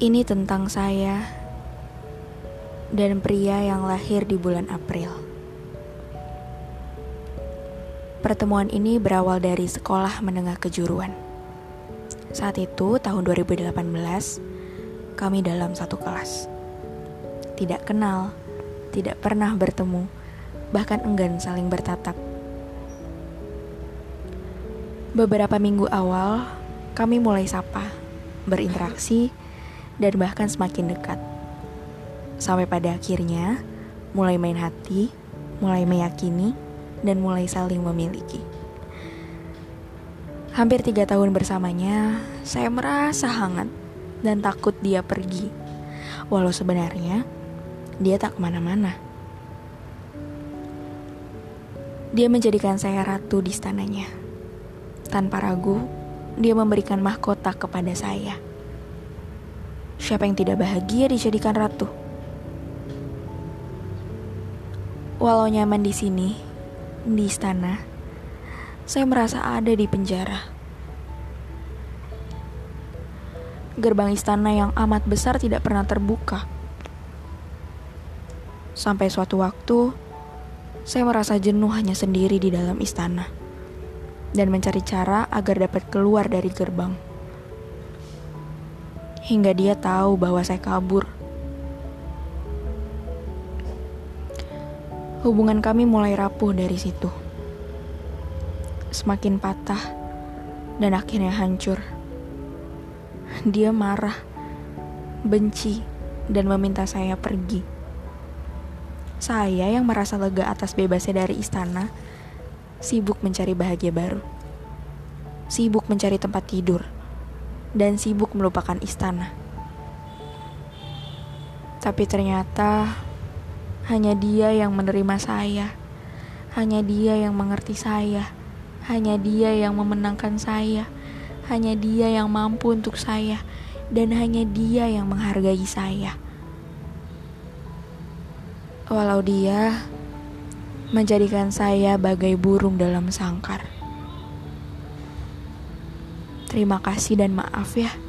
Ini tentang saya dan pria yang lahir di bulan April. Pertemuan ini berawal dari sekolah menengah kejuruan. Saat itu, tahun 2018, kami dalam satu kelas. Tidak kenal, tidak pernah bertemu, bahkan enggan saling bertatap. Beberapa minggu awal, kami mulai sapa, berinteraksi, dan bahkan semakin dekat. Sampai pada akhirnya, mulai main hati, mulai meyakini, dan mulai saling memiliki. Hampir 3 tahun bersamanya, saya merasa hangat dan takut dia pergi. Walau sebenarnya, dia tak kemana-mana. Dia menjadikan saya ratu di istananya. Tanpa ragu, dia memberikan mahkota kepada saya. Siapa yang tidak bahagia dijadikan ratu? Walau nyaman di sini, di istana, saya merasa ada di penjara. Gerbang istana yang amat besar tidak pernah terbuka. Sampai suatu waktu, saya merasa jenuh hanya sendiri di dalam istana dan mencari cara agar dapat keluar dari gerbang. Hingga dia tahu bahwa saya kabur. Hubungan kami mulai rapuh dari situ. Semakin patah dan akhirnya hancur. Dia marah, benci, dan meminta saya pergi. Saya yang merasa lega atas bebasnya dari istana, sibuk mencari bahagia baru. Sibuk mencari tempat tidur, dan sibuk melupakan istana. Tapi ternyata hanya dia yang menerima saya, hanya dia yang mengerti saya, hanya dia yang memenangkan saya, hanya dia yang mampu untuk saya, dan hanya dia yang menghargai saya. Walau dia menjadikan saya bagai burung dalam sangkar. Terima kasih dan maaf ya.